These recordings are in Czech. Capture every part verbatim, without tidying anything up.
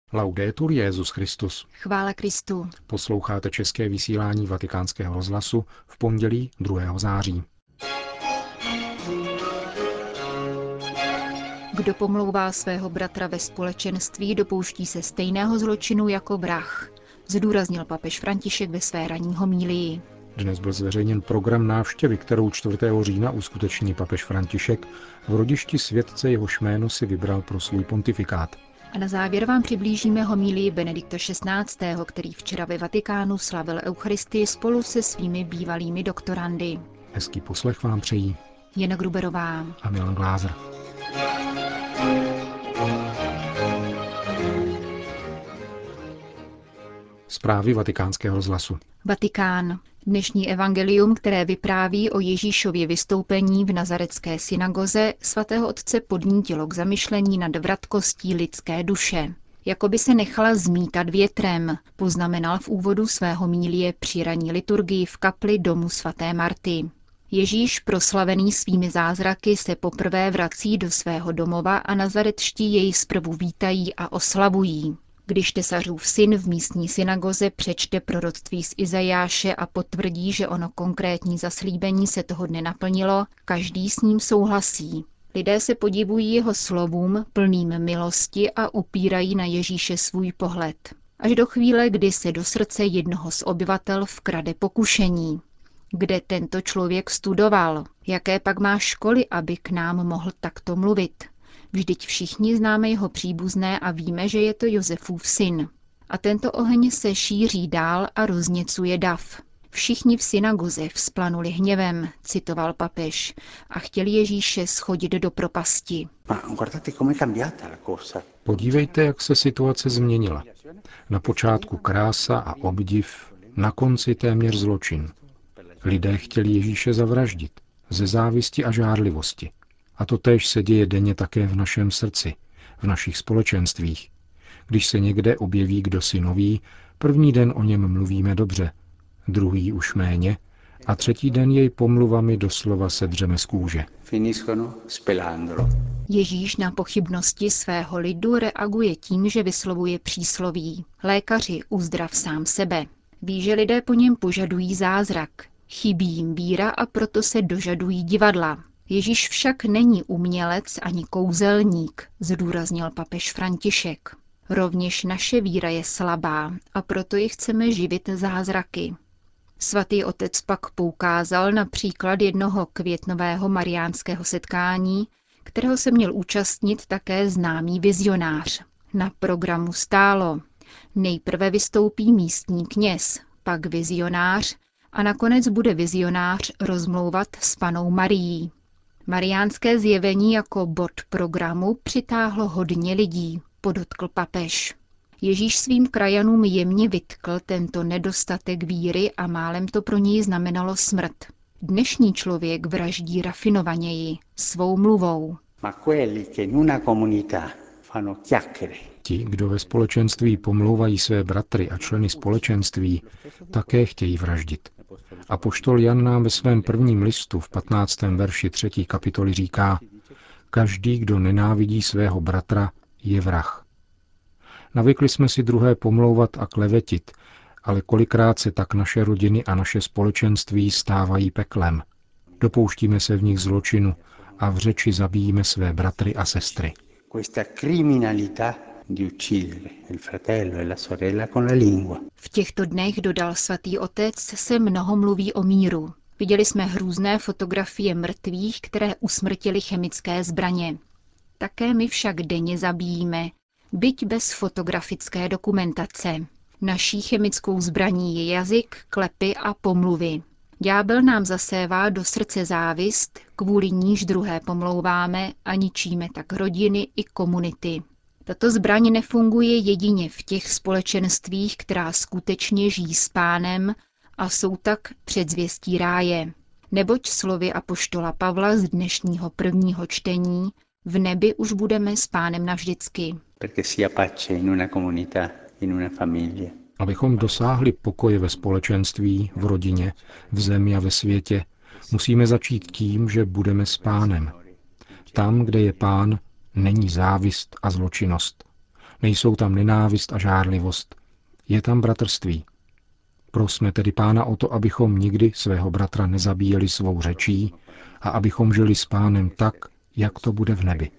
Laudetur Jesus Christus. Chvála Kristu. Posloucháte české vysílání Vatikánského rozhlasu v pondělí druhého září. Kdo pomlouvá svého bratra ve společenství, dopouští se stejného zločinu jako vrah, zdůraznil papež František ve své ranní homílii. Dnes byl zveřejněn program návštěvy, kterou čtvrtého října uskuteční papež František v rodišti světce, jehož jméno si vybral pro svůj pontifikát. A na závěr vám přiblížíme homílii Benedikta šestnáctého., který včera ve Vatikánu slavil Eucharistii spolu se svými bývalými doktorandy. Hezký poslech vám přejí Jana Gruberová a Milan Glázer. Zprávy Vatikánského rozhlasu. Vatikán. Dnešní evangelium, které vypráví o Ježíšově vystoupení v nazaretské synagoze, svatého otce podnítilo k zamyšlení nad vratkostí lidské duše. Jako by se nechala zmítat větrem, poznamenal v úvodu svého homílie při ranní liturgii v kapli domu svaté Marty. Ježíš, proslavený svými zázraky, se poprvé vrací do svého domova a nazaretští jej zprvu vítají a oslavují. Když tesařův syn v místní synagoze přečte proroctví z Izajáše a potvrdí, že ono konkrétní zaslíbení se toho dne naplnilo, každý s ním souhlasí. Lidé se podivují jeho slovům, plným milosti, a upírají na Ježíše svůj pohled. Až do chvíle, kdy se do srdce jednoho z obyvatel vkrade pokušení. Kde tento člověk studoval? Jaké pak má školy, aby k nám mohl takto mluvit? Vždyť všichni známe jeho příbuzné a víme, že je to Josefův syn. A tento oheň se šíří dál a rozněcuje dav. Všichni v synagoze vzplanuli hněvem, citoval papež, a chtěli Ježíše schodit do propasti. Podívejte, jak se situace změnila. Na počátku krása a obdiv, na konci téměř zločin. Lidé chtěli Ježíše zavraždit, ze závisti a žárlivosti. A to též se děje denně také v našem srdci, v našich společenstvích. Když se někde objeví kdosi nový, první den o něm mluvíme dobře, druhý už méně a třetí den jej pomluvami doslova sedřeme z kůže. Ježíš na pochybnosti svého lidu reaguje tím, že vyslovuje přísloví. Lékaři, uzdrav sám sebe. Ví, že lidé po něm požadují zázrak. Chybí jim víra a proto se dožadují divadla. Ježíš však není umělec ani kouzelník, zdůraznil papež František. Rovněž naše víra je slabá a proto ji chceme živit zázraky. Svatý otec pak poukázal na příklad jednoho květnového mariánského setkání, kterého se měl účastnit také známý vizionář. Na programu stálo: nejprve vystoupí místní kněz, pak vizionář a nakonec bude vizionář rozmlouvat s Pannou Marií. Mariánské zjevení jako bod programu přitáhlo hodně lidí, podotkl papež. Ježíš svým krajanům jemně vytkl tento nedostatek víry a málem to pro něj znamenalo smrt. Dnešní člověk vraždí rafinovaněji, svou mluvou. Ti, kdo ve společenství pomlouvají své bratry a členy společenství, také chtějí vraždit. Apoštol Jan nám ve svém prvním listu v patnáctém verši třetí kapitoly říká: každý, kdo nenávidí svého bratra, je vrah. Navykli jsme si druhé pomlouvat a klevetit, ale kolikrát se tak naše rodiny a naše společenství stávají peklem. Dopouštíme se v nich zločinu a v řeči zabíjíme své bratry a sestry. V těchto dnech, dodal svatý otec, se mnoho mluví o míru. Viděli jsme hrůzné fotografie mrtvých, které usmrtily chemické zbraně. Také my však denně zabíjíme, byť bez fotografické dokumentace. Naší chemickou zbraní je jazyk, klepy a pomluvy. Ďábel nám zasévá do srdce závist, kvůli níž druhé pomlouváme a ničíme tak rodiny i komunity. Tato zbraň nefunguje jedině v těch společenstvích, která skutečně žijí s Pánem a jsou tak předzvěstí ráje. Neboť slovy apoštola Pavla z dnešního prvního čtení: v nebi už budeme s Pánem navždycky. Abychom dosáhli pokoje ve společenství, v rodině, v zemi a ve světě, musíme začít tím, že budeme s Pánem. Tam, kde je Pán, není závist a zločinnost. Nejsou tam nenávist a žárlivost. Je tam bratrství. Prosme tedy Pána o to, abychom nikdy svého bratra nezabíjeli svou řečí a abychom žili s Pánem tak, jak to bude v nebi.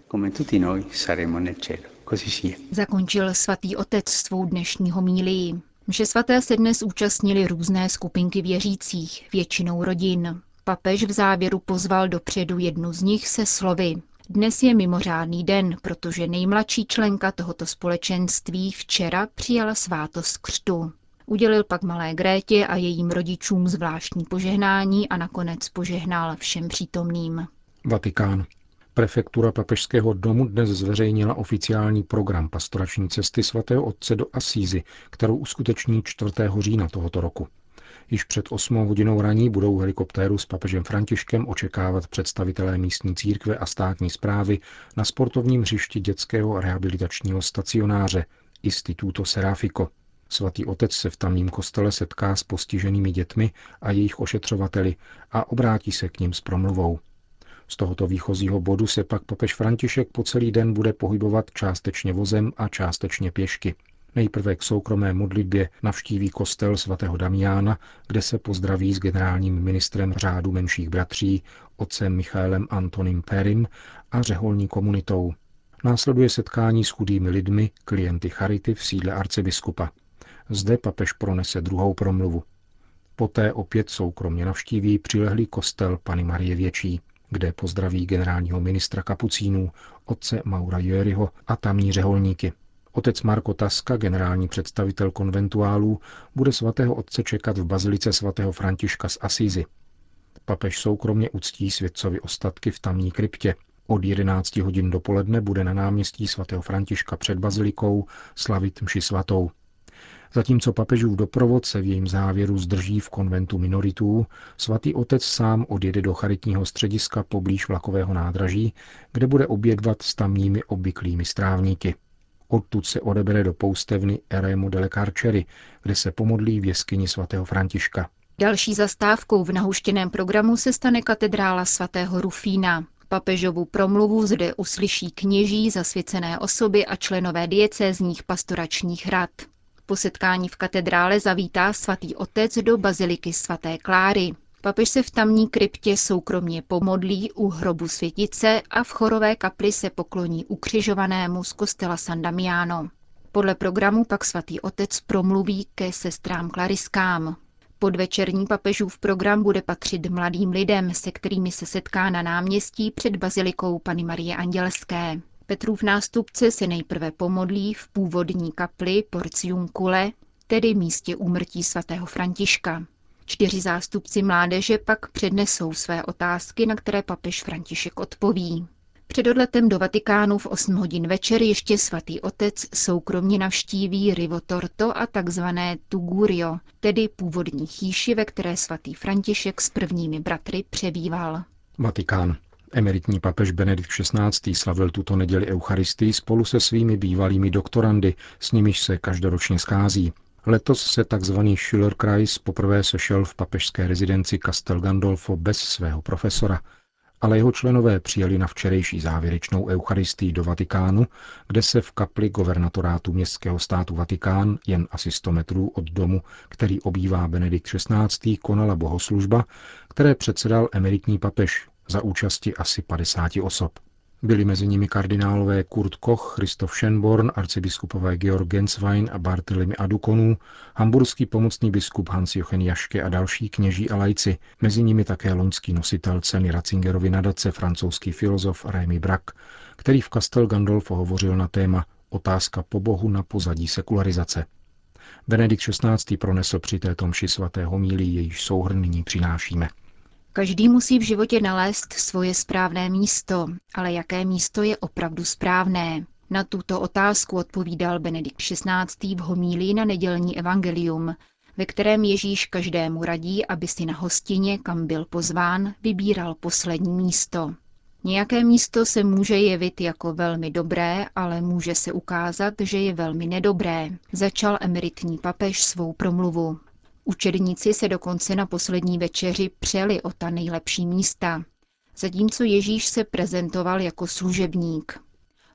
Zakončil svatý otec svou dnešní homílii. Mše svaté se dnes účastnili různé skupinky věřících, většinou rodin. Papež v závěru pozval dopředu jednu z nich se slovy: Dnes je mimořádný den, protože nejmladší členka tohoto společenství včera přijala svátost křtu. Udělil pak malé Grétě a jejím rodičům zvláštní požehnání a nakonec požehnal všem přítomným. Vatikán. Prefektura papežského domu dnes zveřejnila oficiální program pastorační cesty svatého otce do Asízy, kterou uskuteční čtvrtého října tohoto roku. Již před osmou hodinou raní budou helikoptéru s papežem Františkem očekávat představitelé místní církve a státní správy na sportovním hřišti dětského rehabilitačního stacionáře Istituto Serafico. Svatý otec se v tamním kostele setká s postiženými dětmi a jejich ošetřovateli a obrátí se k nim s promluvou. Z tohoto výchozího bodu se pak papež František po celý den bude pohybovat částečně vozem a částečně pěšky. Nejprve k soukromé modlitbě navštíví kostel svatého Damiána, kde se pozdraví s generálním ministrem řádu menších bratří, otcem Michaelem Antonim Perim a řeholní komunitou. Následuje setkání s chudými lidmi, klienty charity v sídle arcibiskupa. Zde papež pronese druhou promluvu. Poté opět soukromně navštíví přilehlý kostel Panny Marie Větší, kde pozdraví generálního ministra kapucínů, otce Maura Jöriho a tamní řeholníky. Otec Marco Tasca, generální představitel konventuálů, bude svatého otce čekat v bazilice svatého Františka z Asízy. Papež soukromně uctí světcovi ostatky v tamní kryptě. Od jedenácti hodin dopoledne bude na náměstí svatého Františka před bazilikou slavit mši svatou. Zatímco papežův doprovod se v jejím závěru zdrží v konventu minoritů, svatý otec sám odjede do charitního střediska poblíž vlakového nádraží, kde bude obědvat s tamními obvyklými strávníky. Odtud se odebere do poustevny Eremo delle Carceri, kde se pomodlí v jeskyni svatého Františka. Další zastávkou v nahuštěném programu se stane katedrála svatého Rufína. Papežovu promluvu zde uslyší kněží, zasvěcené osoby a členové diecézních pastoračních rad. Po setkání v katedrále zavítá svatý otec do baziliky svaté Kláry. Papež se v tamní kryptě soukromně pomodlí u hrobu světice a v chorové kapli se pokloní ukřižovanému z kostela San Damiano. Podle programu pak svatý otec promluví ke sestrám klariskám. Podvečerní papežův program bude patřit mladým lidem, se kterými se setká na náměstí před bazilikou Panny Marie Andělské. Petrův nástupce se nejprve pomodlí v původní kapli Porciuncule, tedy místě úmrtí svatého Františka. Čtyři zástupci mládeže pak přednesou své otázky, na které papež František odpoví. Před odletem do Vatikánu v osm hodin večer ještě svatý otec soukromně navštíví Rivo Torto a takzvané Tugurio, tedy původní chýši, ve které svatý František s prvními bratry přebýval. Vatikán. Emeritní papež Benedikt šestnáctý slavil tuto neděli Eucharistii spolu se svými bývalými doktorandy, s nimiž se každoročně schází. Letos se tzv. Schülerkreis poprvé sešel v papežské rezidenci Castel Gandolfo bez svého profesora, ale jeho členové přijeli na včerejší závěrečnou Eucharistii do Vatikánu, kde se v kapli guvernatorátu městského státu Vatikán, jen asi sto metrů od domu, který obývá Benedikt šestnáctý, konala bohoslužba, které předsedal emeritní papež za účasti asi padesáti osob. Byli mezi nimi kardinálové Kurt Koch, Christoph Schönborn, arcibiskupové Georg Genswein a Barthélemy Adukonů, hamburský pomocný biskup Hans-Jochen Jaške a další kněží a laici, mezi nimi také loňský nositel ceny Ratzingerovy nadace, francouzský filozof Rémy Braque, který v Castel Gandolfo hovořil na téma Otázka po Bohu na pozadí sekularizace. Benedikt šestnáctý pronesl při této mši svaté homílii, jejíž souhrn nyní přinášíme. Každý musí v životě nalézt svoje správné místo, ale jaké místo je opravdu správné? Na tuto otázku odpovídal Benedikt šestnáctý v homílii na nedělní evangelium, ve kterém Ježíš každému radí, aby si na hostině, kam byl pozván, vybíral poslední místo. Nějaké místo se může jevit jako velmi dobré, ale může se ukázat, že je velmi nedobré, začal emeritní papež svou promluvu. Učedníci se dokonce na poslední večeři přeli o ta nejlepší místa, zatímco Ježíš se prezentoval jako služebník.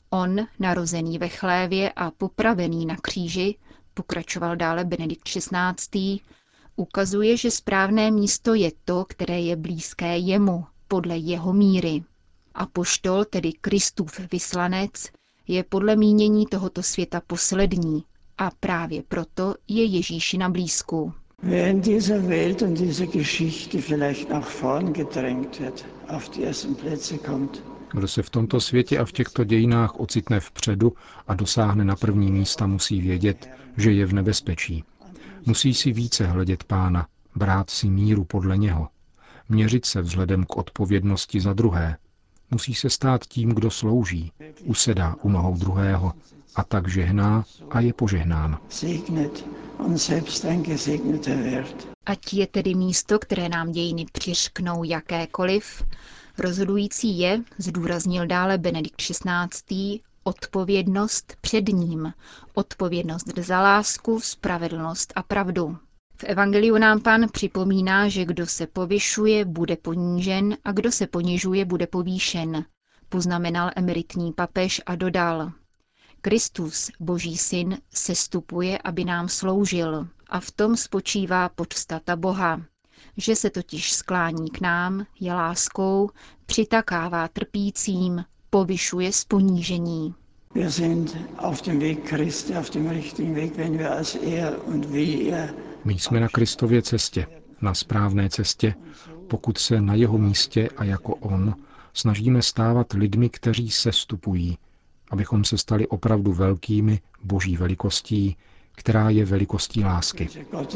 On, narozený ve chlévě a popravený na kříži, pokračoval dále Benedikt šestnáctý, ukazuje, že správné místo je to, které je blízké jemu, podle jeho míry. Apoštol, tedy Kristův vyslanec, je podle mínění tohoto světa poslední a právě proto je Ježíši na blízku. Wer in dieser Welt und dieser Geschichte vielleicht nach vorn gedrängt wird, auf die ersten Plätze kommt. Kdo se v tomto světě a v těchto dějinách ocitne vpředu a dosáhne na první místa, musí vědět, že je v nebezpečí. Musí si více hledět Pána, brát si míru podle něho, měřit se vzhledem k odpovědnosti za druhé. Musí se stát tím, kdo slouží, usedá u nohou druhého a tak žehná a je požehnán. Ať je tedy místo, které nám dějiny přiřknou, jakékoliv, rozhodující je, zdůraznil dále Benedikt šestnáctý, odpovědnost před ním, odpovědnost za lásku, spravedlnost a pravdu. V evangeliu nám Pán připomíná, že kdo se povyšuje, bude ponížen a kdo se ponižuje, bude povýšen, poznamenal emeritní papež a dodal: Kristus, Boží syn, sestupuje, aby nám sloužil, a v tom spočívá podstata Boha, že se totiž sklání k nám, je láskou, přitakává trpícím, povyšuje z ponížení. My jsme na Kristově cestě, na správné cestě, pokud se na jeho místě a jako on snažíme stávat lidmi, kteří sestupují, abychom se stali opravdu velkými Boží velikostí, která je velikostí lásky.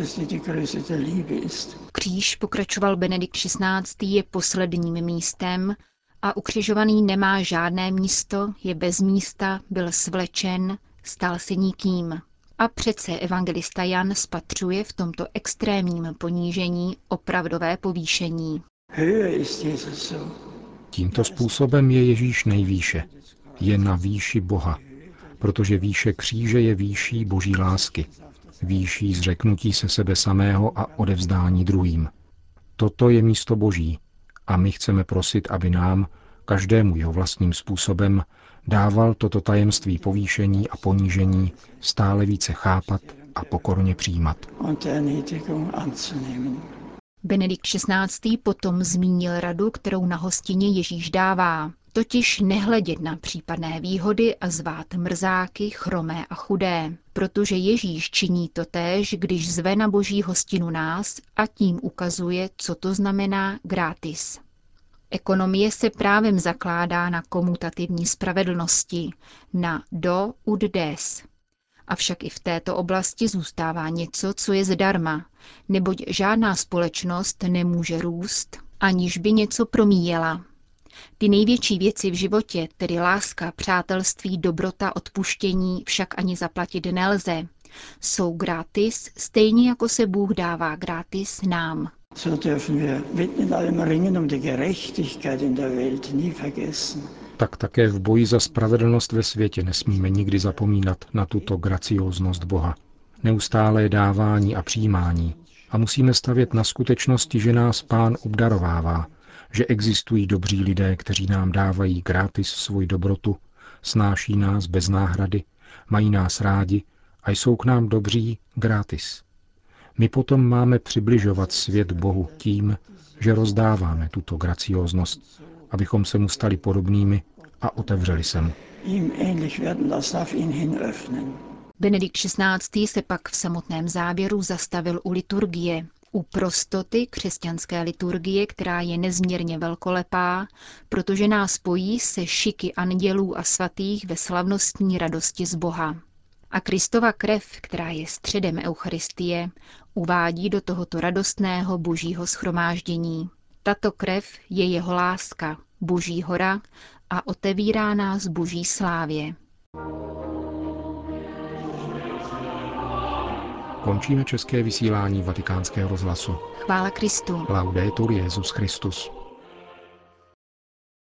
Kříž, pokračoval Benedikt šestnáctý, je posledním místem a ukřižovaný nemá žádné místo, je bez místa, byl svlečen, stal se nikým. A přece evangelista Jan spatřuje v tomto extrémním ponížení opravdové povýšení. Tímto způsobem je Ježíš nejvýše. Je na výši Boha, protože výše kříže je výší Boží lásky, výší zřeknutí se sebe samého a odevzdání druhým. Toto je místo Boží a my chceme prosit, aby nám, každému jeho vlastním způsobem, dával toto tajemství povýšení a ponížení stále více chápat a pokorně přijímat. Benedikt šestnáctý potom zmínil radu, kterou na hostině Ježíš dává, totiž nehledět na případné výhody a zvát mrzáky, chromé a chudé, protože Ježíš činí totéž, když zve na Boží hostinu nás a tím ukazuje, co to znamená gratis. Ekonomie se právem zakládá na komutativní spravedlnosti, na do ud des. Avšak i v této oblasti zůstává něco, co je zdarma, neboť žádná společnost nemůže růst, aniž by něco promíjela. Ty největší věci v životě, tedy láska, přátelství, dobrota, odpuštění, však ani zaplatit nelze. Jsou gratis, stejně jako se Bůh dává gratis nám. Tak také v boji za spravedlnost ve světě nesmíme nikdy zapomínat na tuto gracióznost Boha. Neustálé dávání a přijímání. A musíme stavět na skutečnosti, že nás Pán obdarovává, že existují dobří lidé, kteří nám dávají gratis svoji dobrotu, snáší nás bez náhrady, mají nás rádi a jsou k nám dobří gratis. My potom máme přibližovat svět Bohu tím, že rozdáváme tuto gracióznost, abychom se mu stali podobnými a otevřeli se mu. Benedikt šestnáctý se pak v samotném závěru zastavil u liturgie, u prostoty křesťanské liturgie, která je nezměrně velkolepá, protože nás spojí se šiky andělů a svatých ve slavnostní radosti z Boha. A Kristova krev, která je středem Eucharistie, uvádí do tohoto radostného božího shromáždění. Tato krev je jeho láska, boží hora a otevírá nás boží slávě. Končíme české vysílání Vatikánského rozhlasu. Chvála Kristu. Laudetur Jesus Christus.